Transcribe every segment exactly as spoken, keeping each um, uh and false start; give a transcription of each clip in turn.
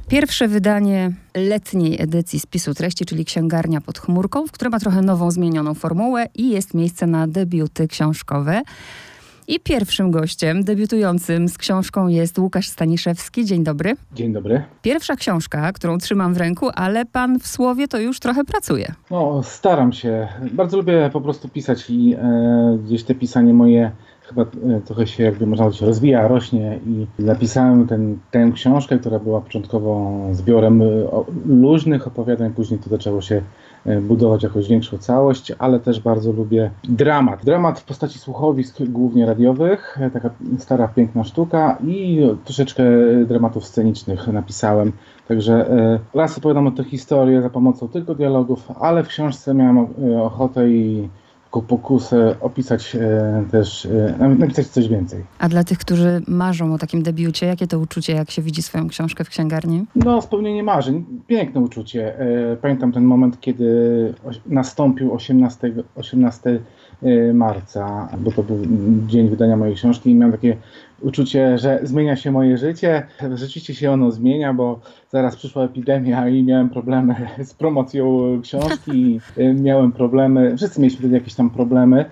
Pierwsze wydanie letniej edycji Spisu Treści, czyli Księgarnia pod chmurką, w której ma trochę nową, zmienioną formułę i jest miejsce na debiuty książkowe. I pierwszym gościem debiutującym z książką jest Łukasz Staniszewski. Dzień dobry. Dzień dobry. Pierwsza książka, którą trzymam w ręku, ale pan w słowie to już trochę pracuje. No, staram się. Bardzo lubię po prostu pisać i e, gdzieś te pisanie moje chyba e, trochę się, jakby można powiedzieć, rozwija, rośnie i napisałem ten, tę książkę, która była początkowo zbiorem o, luźnych opowiadań, później to zaczęło się budować jakąś większą całość, ale też bardzo lubię dramat. Dramat w postaci słuchowisk, głównie radiowych, taka stara, piękna sztuka i troszeczkę dramatów scenicznych napisałem. Także raz opowiadam o tę historię za pomocą tylko dialogów, ale w książce miałem ochotę i taką pokusę opisać e, też, e, napisać coś więcej. A dla tych, którzy marzą o takim debiucie, jakie to uczucie, jak się widzi swoją książkę w księgarni? No, spełnienie marzeń. Piękne uczucie. E, pamiętam ten moment, kiedy nastąpił osiemnastego marca, bo to był dzień wydania mojej książki i miałem takie uczucie, że zmienia się moje życie. Rzeczywiście się ono zmienia, bo zaraz przyszła epidemia i miałem problemy z promocją książki. Miałem problemy, wszyscy mieliśmy wtedy jakieś tam problemy.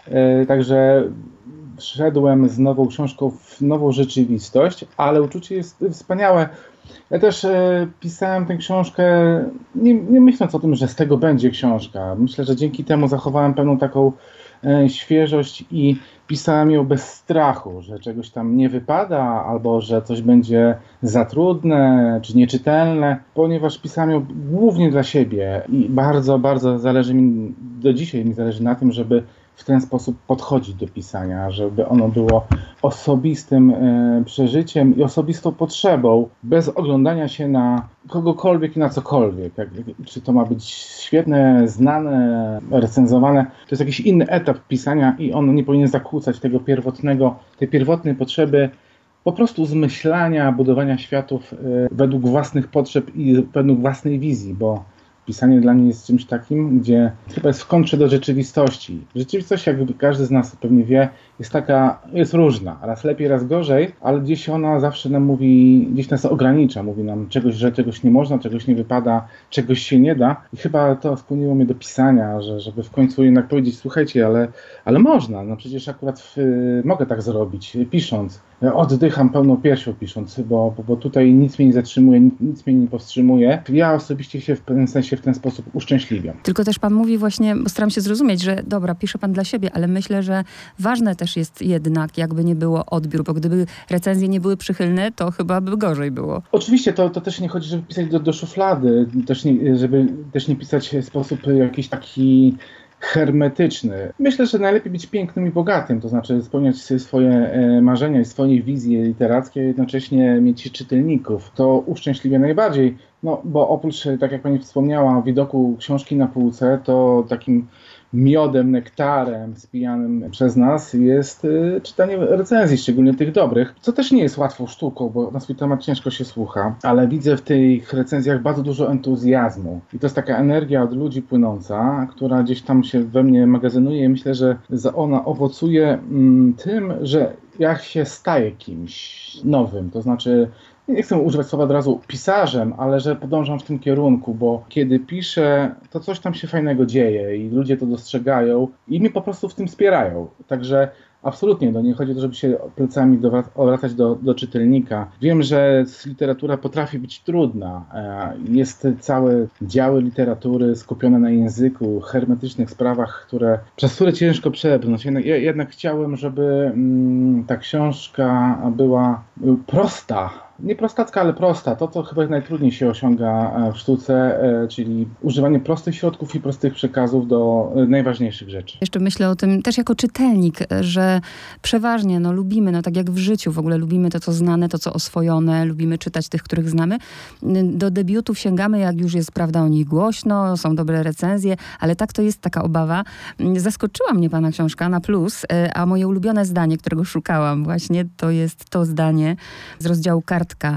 Także wszedłem z nową książką w nową rzeczywistość, ale uczucie jest wspaniałe. Ja też e, pisałem tę książkę, nie, nie myśląc o tym, że z tego będzie książka. Myślę, że dzięki temu zachowałem pewną taką e, świeżość i pisałem ją bez strachu, że czegoś tam nie wypada, albo że coś będzie za trudne, czy nieczytelne, ponieważ pisałem ją głównie dla siebie i bardzo, bardzo zależy mi, do dzisiaj mi zależy na tym, żeby w ten sposób podchodzić do pisania, żeby ono było osobistym e, przeżyciem i osobistą potrzebą, bez oglądania się na kogokolwiek i na cokolwiek. Jak, czy to ma być świetne, znane, recenzowane. To jest jakiś inny etap pisania i on nie powinien zakłócać tego pierwotnego, tej pierwotnej potrzeby po prostu zmyślania, budowania światów e, według własnych potrzeb i według własnej wizji, bo pisanie dla mnie jest czymś takim, gdzie chyba jest w kontrze do rzeczywistości. Rzeczywistość, jakby każdy z nas pewnie wie, jest taka, jest różna. Raz lepiej, raz gorzej, ale gdzieś ona zawsze nam mówi, gdzieś nas ogranicza. Mówi nam czegoś, że czegoś nie można, czegoś nie wypada, czegoś się nie da. I chyba to skłoniło mnie do pisania, że, żeby w końcu jednak powiedzieć, słuchajcie, ale, ale można. No przecież akurat w, mogę tak zrobić, pisząc. Oddycham pełną piersią pisząc, bo, bo, bo tutaj nic mnie nie zatrzymuje, nic, nic mnie nie powstrzymuje. Ja osobiście się w pewnym sensie w ten sposób uszczęśliwiam. Tylko też pan mówi właśnie, bo staram się zrozumieć, że dobra, pisze pan dla siebie, ale myślę, że ważne też jest jednak, jakby nie było odbiór, bo gdyby recenzje nie były przychylne, to chyba by gorzej było. Oczywiście to, to też nie chodzi, żeby pisać do, do szuflady, też nie, żeby też nie pisać w sposób jakiś taki hermetyczny. Myślę, że najlepiej być pięknym i bogatym, to znaczy spełniać swoje marzenia i swoje wizje literackie, a jednocześnie mieć czytelników. To uszczęśliwia najbardziej, no bo oprócz, tak jak pani wspomniała, widoku książki na półce, to takim miodem, nektarem spijanym przez nas jest y, czytanie recenzji, szczególnie tych dobrych, co też nie jest łatwą sztuką, bo na swój temat ciężko się słucha, ale widzę w tych recenzjach bardzo dużo entuzjazmu i to jest taka energia od ludzi płynąca, która gdzieś tam się we mnie magazynuje i myślę, że ona owocuje mm, tym, że ja się staję kimś nowym, to znaczy nie chcę używać słowa od razu pisarzem, ale że podążam w tym kierunku, bo kiedy piszę, to coś tam się fajnego dzieje i ludzie to dostrzegają i mnie po prostu w tym wspierają. Także absolutnie, no nie chodzi o to, żeby się plecami odwracać do, do czytelnika. Wiem, że literatura potrafi być trudna. Jest całe działy literatury skupione na języku, hermetycznych sprawach, które, przez które ciężko przebrnąć. Jednak, ja jednak chciałem, żeby mm, ta książka była prosta. Nie prostacka, ale prosta. To, co chyba najtrudniej się osiąga w sztuce, czyli używanie prostych środków i prostych przekazów do najważniejszych rzeczy. Jeszcze myślę o tym też jako czytelnik, że przeważnie no, lubimy, no tak jak w życiu w ogóle lubimy to, co znane, to, co oswojone, lubimy czytać tych, których znamy. Do debiutów sięgamy, jak już jest, prawda, o nich głośno, są dobre recenzje, ale tak to jest taka obawa. Zaskoczyła mnie pana książka na plus, a moje ulubione zdanie, którego szukałam właśnie, to jest to zdanie z rozdziału Kartka.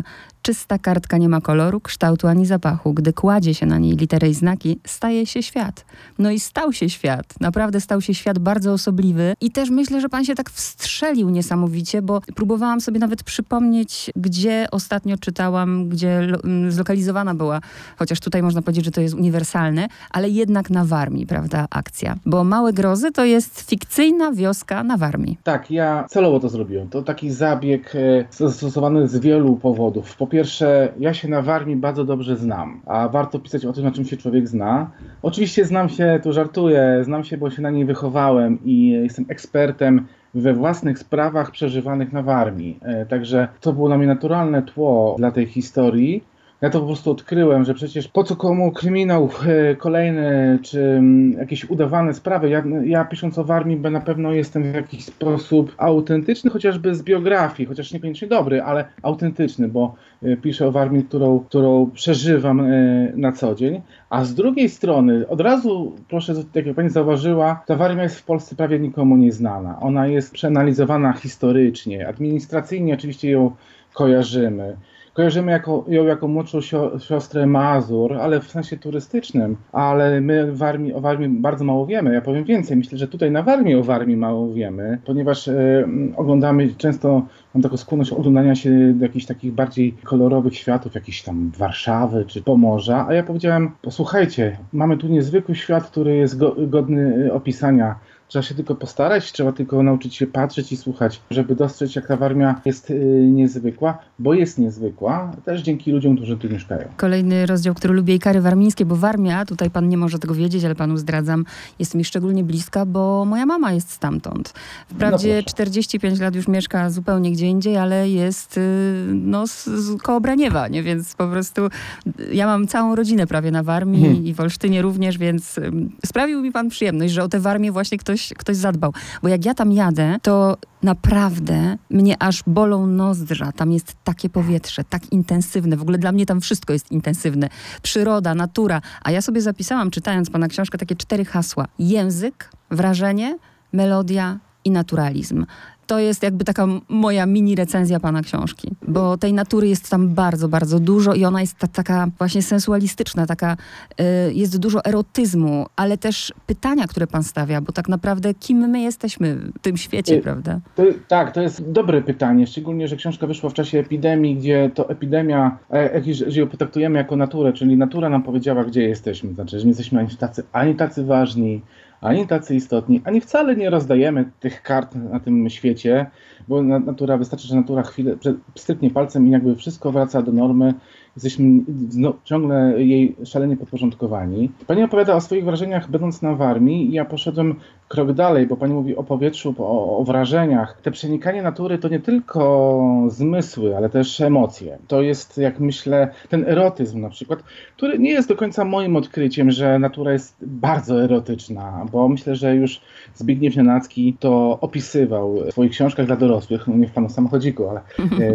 Czysta kartka nie ma koloru, kształtu ani zapachu. Gdy kładzie się na niej litery i znaki, staje się świat. No i stał się świat. Naprawdę stał się świat bardzo osobliwy. I też myślę, że pan się tak wstrzelił niesamowicie, bo próbowałam sobie nawet przypomnieć, gdzie ostatnio czytałam, gdzie lo- zlokalizowana była, chociaż tutaj można powiedzieć, że to jest uniwersalne, ale jednak na Warmii, prawda, akcja. Bo Małe Grozy to jest fikcyjna wioska na Warmii. Tak, ja celowo to zrobiłem. To taki zabieg e, zastosowany z wielu powodów. Po pierwsze, ja się na Warmii bardzo dobrze znam, a warto pisać o tym, na czym się człowiek zna. Oczywiście znam się, tu żartuję, znam się, bo się na niej wychowałem i jestem ekspertem we własnych sprawach przeżywanych na Warmii. E, także to było dla mnie naturalne tło dla tej historii. Ja to po prostu odkryłem, że przecież po co komu kryminał e, kolejny, czy m, jakieś udawane sprawy. Ja, ja pisząc o Warmii na pewno jestem w jakiś sposób autentyczny, chociażby z biografii, chociaż niekoniecznie dobry, ale autentyczny, bo e, piszę o Warmii, którą, którą przeżywam e, na co dzień. A z drugiej strony, od razu, proszę, tak jak pani zauważyła, ta Warmia jest w Polsce prawie nikomu nieznana. Ona jest przeanalizowana historycznie, administracyjnie oczywiście ją kojarzymy. Kojarzymy jako, ją jako młodszą siostrę Mazur, ale w sensie turystycznym. Ale my w Warmii, o Warmii bardzo mało wiemy. Ja powiem więcej. Myślę, że tutaj na Warmii o Warmii mało wiemy, ponieważ e, oglądamy, często mam taką skłonność oglądania się do jakichś takich bardziej kolorowych światów, jakichś tam Warszawy czy Pomorza. A ja powiedziałem, posłuchajcie, mamy tu niezwykły świat, który jest go, godny opisania. Trzeba się tylko postarać, trzeba tylko nauczyć się patrzeć i słuchać, żeby dostrzec, jak ta Warmia jest y, niezwykła, bo jest niezwykła, też dzięki ludziom, którzy tu mieszkają. Kolejny rozdział, który lubię, i Kary warmińskie, bo Warmia, tutaj pan nie może tego wiedzieć, ale panu zdradzam, jest mi szczególnie bliska, bo moja mama jest stamtąd. Wprawdzie no czterdzieści pięć lat już mieszka zupełnie gdzie indziej, ale jest y, no, z, z koło Braniewa, nie? Więc po prostu ja mam całą rodzinę prawie na Warmii hmm. i w Olsztynie również, więc y, sprawił mi pan przyjemność, że o tę Warmię właśnie ktoś Ktoś, ktoś zadbał. Bo jak ja tam jadę, to naprawdę mnie aż bolą nozdrza. Tam jest takie powietrze, tak intensywne. W ogóle dla mnie tam wszystko jest intensywne. Przyroda, natura. A ja sobie zapisałam, czytając pana książkę, takie cztery hasła. Język, wrażenie, melodia i naturalizm. To jest jakby taka moja mini recenzja pana książki, bo tej natury jest tam bardzo, bardzo dużo i ona jest ta, taka właśnie sensualistyczna, taka, y, jest dużo erotyzmu, ale też pytania, które pan stawia, bo tak naprawdę kim my jesteśmy w tym świecie, y, prawda? To, tak, to jest dobre pytanie, szczególnie, że książka wyszła w czasie epidemii, gdzie to epidemia, jak, że ją potraktujemy jako naturę, czyli natura nam powiedziała, gdzie jesteśmy, znaczy, że nie jesteśmy ani tacy, ani tacy ważni, ani tacy istotni, ani wcale nie rozdajemy tych kart na tym świecie, bo natura, wystarczy, że natura chwilę stryknie palcem i jakby wszystko wraca do normy. Jesteśmy no, ciągle jej szalenie podporządkowani. Pani opowiada o swoich wrażeniach będąc na Warmii i ja poszedłem krok dalej, bo pani mówi o powietrzu, o, o wrażeniach. Te przenikanie natury to nie tylko zmysły, ale też emocje. To jest, jak myślę, ten erotyzm na przykład, który nie jest do końca moim odkryciem, że natura jest bardzo erotyczna, bo myślę, że już Zbigniew Nienacki to opisywał w swoich książkach dla dorosłych, no nie w Panu samochodziku, ale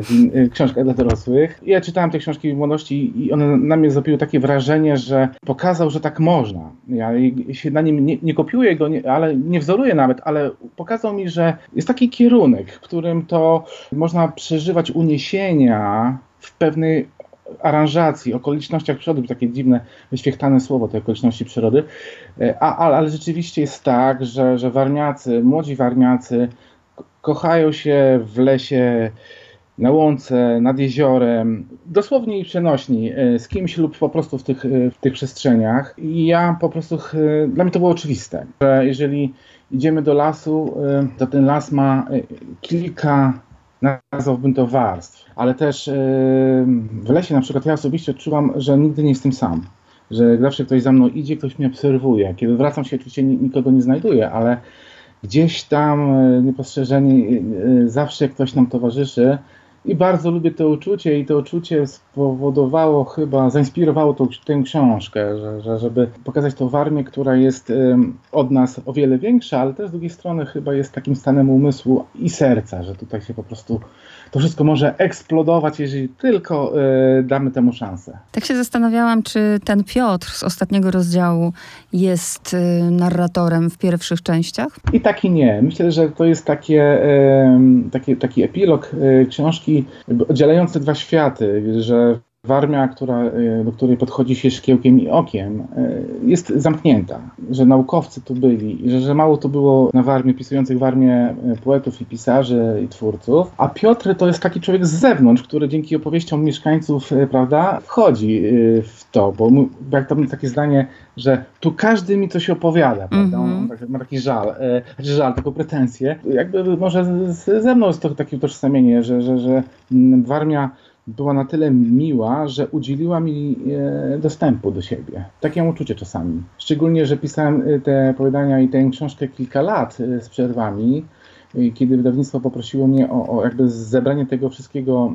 w książkach dla dorosłych. Ja czytałem te książki w młodości i one na mnie zrobiły takie wrażenie, że pokazał, że tak można. Ja się na nim nie, nie kopiuję go, nie, ale nie wzoruję nawet, ale pokazał mi, że jest taki kierunek, w którym to można przeżywać uniesienia w pewnej aranżacji, okolicznościach przyrody, takie dziwne, wyświechtane słowo, te okoliczności przyrody, a, ale, ale rzeczywiście jest tak, że, że warmiacy, młodzi warmiacy kochają się w lesie, na łące, nad jeziorem, dosłownie i przenośni, z kimś lub po prostu w tych, w tych przestrzeniach. I ja po prostu, dla mnie to było oczywiste, że jeżeli idziemy do lasu, to ten las ma kilka, nazwałbym to, warstw, ale też w lesie na przykład ja osobiście odczuwam, że nigdy nie jestem sam, że zawsze ktoś za mną idzie, ktoś mnie obserwuje. Kiedy wracam się, oczywiście nikogo nie znajduję, ale gdzieś tam niepostrzeżenie zawsze ktoś nam towarzyszy. I bardzo lubię to uczucie i to uczucie spowodowało chyba, zainspirowało tą, tę książkę, że, że, żeby pokazać tą Warmię, która jest um, od nas o wiele większa, ale też z drugiej strony chyba jest takim stanem umysłu i serca, że tutaj się po prostu to wszystko może eksplodować, jeżeli tylko y, damy temu szansę. Tak się zastanawiałam, czy ten Piotr z ostatniego rozdziału jest y, narratorem w pierwszych częściach? I tak i nie. Myślę, że to jest takie, y, takie, taki epilog y, książki, taki jakby oddzielający dwa światy, że Warmia, która, do której podchodzi się szkiełkiem i okiem, jest zamknięta, że naukowcy tu byli i że, że mało tu było na Warmii, pisujących Warmię poetów i pisarzy i twórców, a Piotr to jest taki człowiek z zewnątrz, który dzięki opowieściom mieszkańców, prawda, wchodzi w to, bo jak tam takie zdanie, że tu każdy mi coś opowiada, prawda, mm-hmm. on tak, ma taki żal, znaczy żal, taką pretensję, jakby może z, ze mną jest to takie utożsamienie, że, że, że Warmia była na tyle miła, że udzieliła mi e, dostępu do siebie. Takie mam uczucie czasami. Szczególnie, że pisałem te opowiadania i tę książkę kilka lat e, z przerwami, e, kiedy wydawnictwo poprosiło mnie o, o jakby zebranie tego wszystkiego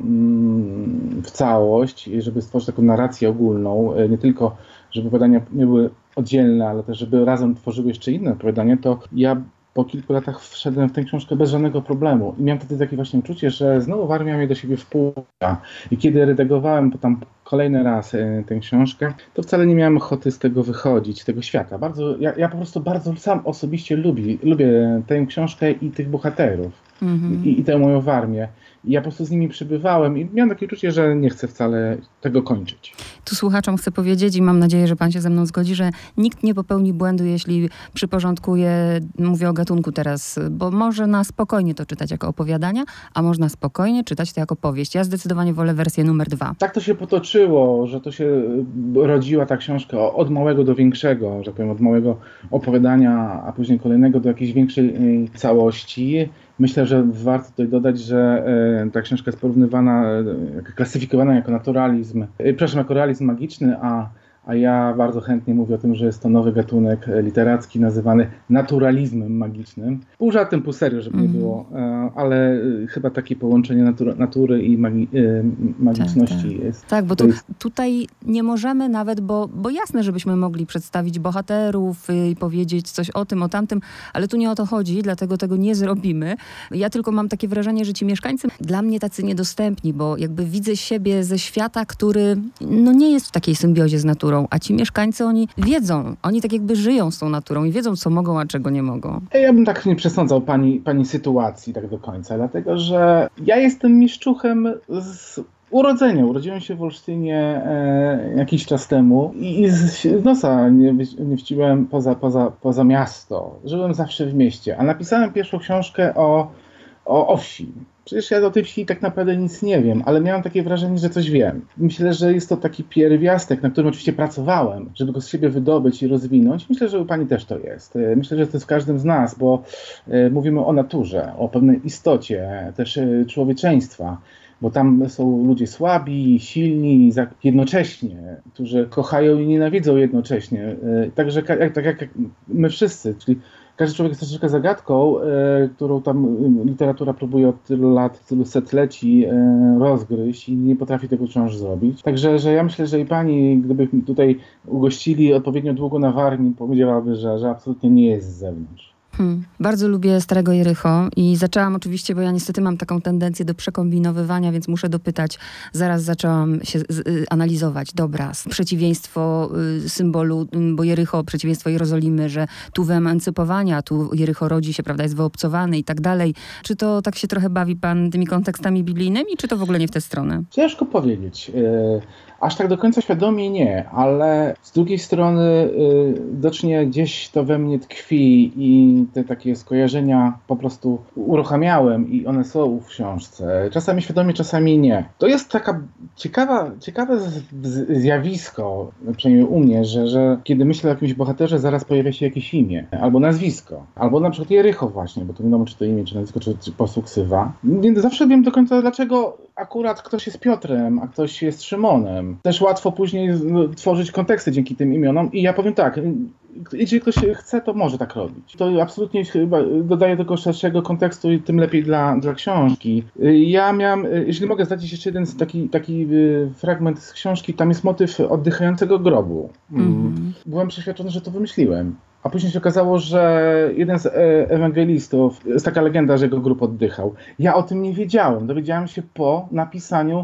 mm, w całość, żeby stworzyć taką narrację ogólną, e, nie tylko, żeby opowiadania nie były oddzielne, ale też, żeby razem tworzyły jeszcze inne opowiadania, to ja po kilku latach wszedłem w tę książkę bez żadnego problemu i miałem wtedy takie właśnie uczucie, że znowu Warmia mnie do siebie wpływa. I kiedy redagowałem tam kolejny raz e, tę książkę, to wcale nie miałem ochoty z tego wychodzić, z tego świata. Bardzo, ja, ja po prostu bardzo sam osobiście lubię, lubię tę książkę i tych bohaterów. Mm-hmm. I, i tę moją Warmię. I ja po prostu z nimi przybywałem i miałem takie uczucie, że nie chcę wcale tego kończyć. Tu słuchaczom chcę powiedzieć i mam nadzieję, że pan się ze mną zgodzi, że nikt nie popełni błędu, jeśli przyporządkuje, mówię o gatunku teraz, bo można spokojnie to czytać jako opowiadania, a można spokojnie czytać to jako powieść. Ja zdecydowanie wolę wersję numer dwa. Tak to się potoczyło, że to się rodziła ta książka od małego do większego, że powiem, od małego opowiadania, a później kolejnego do jakiejś większej całości. Myślę, że warto tutaj dodać, że e, ta książka jest porównywana, e, klasyfikowana jako naturalizm, e, przepraszam, jako realizm magiczny, a, a ja bardzo chętnie mówię o tym, że jest to nowy gatunek literacki nazywany naturalizmem magicznym. Pół żartem, pół serio, żeby nie było, e, ale e, chyba takie połączenie natura, natury i magi, e, magiczności tak, tak. jest. Tak, bo tu, jest... tutaj nie możemy nawet, bo, bo jasne, żebyśmy mogli przedstawić bohaterów i powiedzieć coś o tym, o tamtym, ale tu nie o to chodzi, dlatego tego nie zrobimy. Ja tylko mam takie wrażenie, że ci mieszkańcy dla mnie tacy niedostępni, bo jakby widzę siebie ze świata, który no nie jest w takiej symbiozie z naturą, a ci mieszkańcy, oni wiedzą, oni tak jakby żyją z tą naturą i wiedzą, co mogą, a czego nie mogą. Ja bym tak nie przesądzał pani, pani sytuacji tak do końca, dlatego że ja jestem mieszczuchem z urodzenia. Urodziłem się w Olsztynie e, jakiś czas temu i, i z nosa nie, nie wciłem poza, poza, poza miasto. Żyłem zawsze w mieście, a napisałem pierwszą książkę o, o, o wsi. Przecież ja o tej wsi tak naprawdę nic nie wiem, ale miałem takie wrażenie, że coś wiem. Myślę, że jest to taki pierwiastek, na którym oczywiście pracowałem, żeby go z siebie wydobyć i rozwinąć. Myślę, że u pani też to jest. Myślę, że to jest w każdym z nas, bo y, mówimy o naturze, o pewnej istocie też y, człowieczeństwa. Bo tam są ludzie słabi, silni, jednocześnie, którzy kochają i nienawidzą jednocześnie. Y, także jak, tak jak my wszyscy, czyli każdy człowiek jest troszeczkę zagadką, e, którą tam literatura próbuje od tylu lat, tylu setleci e, rozgryźć i nie potrafi tego wciąż zrobić. Także że ja myślę, że i pani, gdyby tutaj ugościli odpowiednio długo na Warmii, powiedziałaby, że, że absolutnie nie jest z zewnątrz. Hmm. Bardzo lubię Starego Jericho i zaczęłam oczywiście, bo ja niestety mam taką tendencję do przekombinowywania, więc muszę dopytać. Zaraz zaczęłam się z, y, analizować. Dobra, przeciwieństwo y, symbolu, y, bo Jericho, przeciwieństwo Jerozolimy, że tu wyemancypowania, tu Jericho rodzi się, prawda, jest wyobcowany i tak dalej. Czy to tak się trochę bawi pan tymi kontekstami biblijnymi, czy to w ogóle nie w tę stronę? Ciężko powiedzieć. Y- Aż tak do końca świadomie nie, ale z drugiej strony y, widocznie gdzieś to we mnie tkwi i te takie skojarzenia po prostu uruchamiałem i one są w książce. Czasami świadomie, czasami nie. To jest taka ciekawa, ciekawe z, z, zjawisko, przynajmniej u mnie, że, że kiedy myślę o jakimś bohaterze, zaraz pojawia się jakieś imię, albo nazwisko, albo na przykład Jericho właśnie, bo to nie wiadomo, czy to imię, czy nazwisko, czy, czy po prostu ksywa. Nie zawsze wiem do końca, dlaczego akurat ktoś jest Piotrem, a ktoś jest Szymonem. Też łatwo później tworzyć konteksty dzięki tym imionom i ja powiem tak, jeżeli ktoś chce, to może tak robić. To absolutnie chyba dodaje tego szerszego kontekstu i tym lepiej dla, dla książki. Ja miałem, jeżeli mogę zdać jeszcze jeden taki, taki fragment z książki, tam jest motyw oddychającego grobu. Mm. Byłem przeświadczony, że to wymyśliłem. A później się okazało, że jeden z ewangelistów, jest taka legenda, że jego grób oddychał. Ja o tym nie wiedziałem. Dowiedziałem się po napisaniu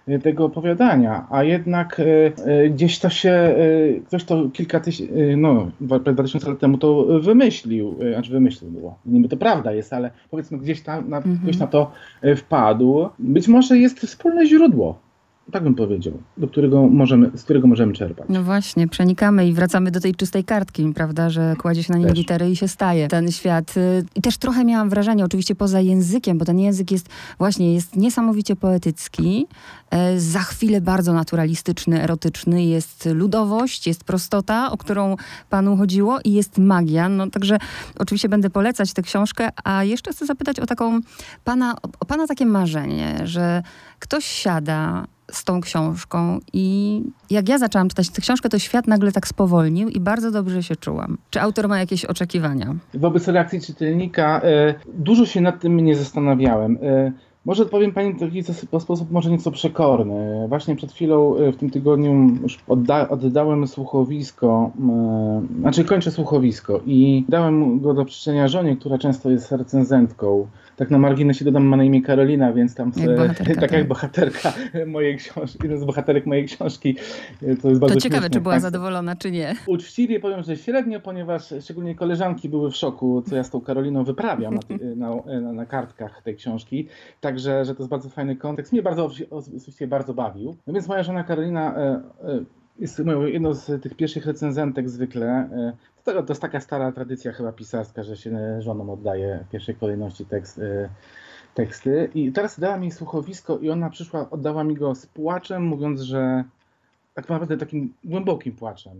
e, tego opowiadania, a jednak e, e, gdzieś to się, e, ktoś to kilka tysięcy, no dwa tysiące lat temu to wymyślił, e, znaczy wymyślił było, niby to prawda jest, ale powiedzmy gdzieś tam na, Mhm. ktoś na to e, wpadł. Być może jest wspólne źródło. Tak bym powiedział, do którego możemy, z którego możemy czerpać. No właśnie, przenikamy i wracamy do tej czystej kartki, prawda, że kładzie się na niej Też. litery i się staje ten świat. I też trochę miałam wrażenie, oczywiście poza językiem, bo ten język jest właśnie, jest niesamowicie poetycki, e, za chwilę bardzo naturalistyczny, erotyczny, jest ludowość, jest prostota, o którą panu chodziło i jest magia. No także oczywiście będę polecać tę książkę, a jeszcze chcę zapytać o taką pana, o pana takie marzenie, że ktoś siada z tą książką i jak ja zaczęłam czytać tę książkę, to świat nagle tak spowolnił i bardzo dobrze się czułam. Czy autor ma jakieś oczekiwania? Wobec reakcji czytelnika e, dużo się nad tym nie zastanawiałem. E, może odpowiem pani w taki sposób może nieco przekorny. Właśnie przed chwilą e, w tym tygodniu już odda- oddałem słuchowisko, e, znaczy kończę słuchowisko i dałem go do przeczytania żonie, która często jest recenzentką. Tak na marginesie dodam, ma na imię Karolina, więc tam Jak bohaterka, tak, tak. jak bohaterka mojej książki, jeden z bohaterek mojej książki. To jest bardzo To ciekawe, śmieszne. czy była Państwo- zadowolona, czy nie. Uczciwie powiem, że średnio, ponieważ szczególnie koleżanki były w szoku, co ja z tą Karoliną wyprawiam na, ty- na, na, na kartkach tej książki. Także, że to jest bardzo fajny kontekst. Mnie bardzo, oczywiście bardzo bawił. No więc moja żona Karolina e, e, jest moją, jedną z tych pierwszych recenzentek zwykle. E, to, to jest taka stara tradycja chyba pisarska, że się żonom oddaje w pierwszej kolejności tekst, e, teksty. I teraz dała mi słuchowisko i ona przyszła, oddała mi go z płaczem, mówiąc, że tak naprawdę takim głębokim płaczem,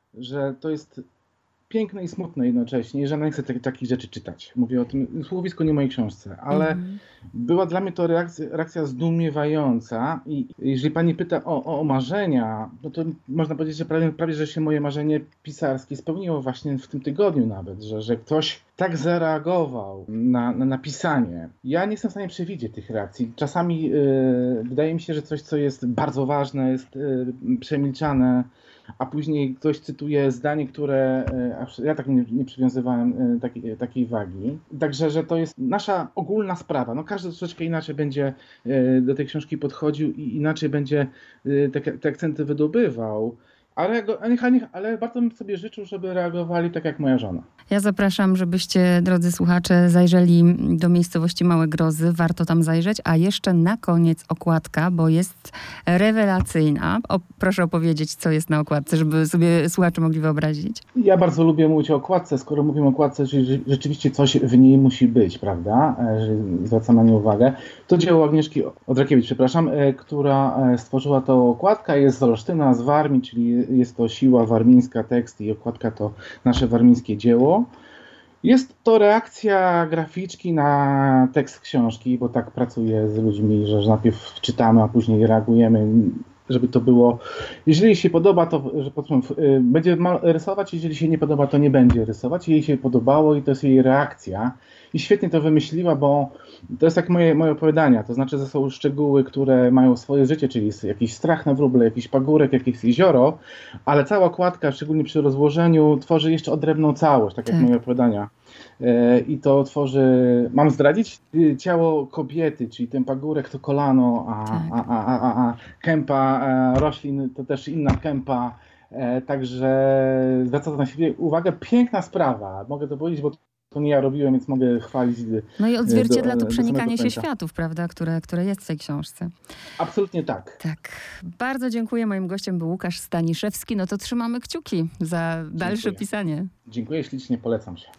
że to jest piękne i smutne jednocześnie i że ona nie chce tak, takich rzeczy czytać. Mówię o tym słuchowisku, nie o mojej książce, ale Mhm. była dla mnie to reakcja, reakcja zdumiewająca i jeżeli pani pyta o, o marzenia, no to można powiedzieć, że prawie, prawie że się moje marzenie pisarskie spełniło właśnie w tym tygodniu nawet, że, że ktoś tak zareagował na, na napisanie. Ja nie jestem w stanie przewidzieć tych reakcji. Czasami yy, wydaje mi się, że coś, co jest bardzo ważne, jest yy, przemilczane, a później ktoś cytuje zdanie, które e, aż ja tak nie, nie przywiązywałem e, takiej, takiej wagi. Także, że to jest nasza ogólna sprawa. No każdy troszeczkę inaczej będzie e, do tej książki podchodził i inaczej będzie e, te, te akcenty wydobywał. Ale, ale, ale bardzo bym sobie życzył, żeby reagowali tak jak moja żona. Ja zapraszam, żebyście, drodzy słuchacze, zajrzeli do miejscowości Małe Grozy. Warto tam zajrzeć. A jeszcze na koniec okładka, bo jest rewelacyjna. O, proszę opowiedzieć, co jest na okładce, żeby sobie słuchacze mogli wyobrazić. Ja bardzo lubię mówić o okładce. Skoro mówimy o okładce, czyli rzeczywiście coś w niej musi być, prawda? Że zwracam na nie uwagę. To dzieło Agnieszki Odrakiewicz, przepraszam, która stworzyła tą okładkę. Jest z Olsztyna, z Warmii, czyli jest to siła warmińska, tekst i okładka to nasze warmińskie dzieło. Jest to reakcja graficzki na tekst książki, bo tak pracuję z ludźmi, że najpierw czytamy, a później reagujemy, żeby to było... Jeżeli się podoba, to że powiedzmy, będzie rysować, jeżeli się nie podoba, to nie będzie rysować. Jej się podobało i to jest jej reakcja. I świetnie to wymyśliła, bo to jest tak moje, moje opowiadania, to znaczy, że są szczegóły, które mają swoje życie, czyli jest jakiś strach na wróble, jakiś pagórek, jakieś jezioro, ale cała okładka, szczególnie przy rozłożeniu, tworzy jeszcze odrębną całość, tak jak Tak. moje opowiadania. I to tworzy, mam zdradzić, ciało kobiety, czyli ten pagórek to kolano, a, Tak. a, a, a, a kępa roślin to też inna kępa, także zwraca to na siebie uwagę. Piękna sprawa, mogę to powiedzieć, bo to nie ja robiłem, więc mogę chwalić. No i odzwierciedla do- to do przenikanie samego się końca. światów, prawda, które, które jest w tej książce. Absolutnie tak. Tak. Bardzo dziękuję. Moim gościem był Łukasz Staniszewski. No to trzymamy kciuki za dalsze Dziękuję. pisanie. Dziękuję ślicznie, polecam się.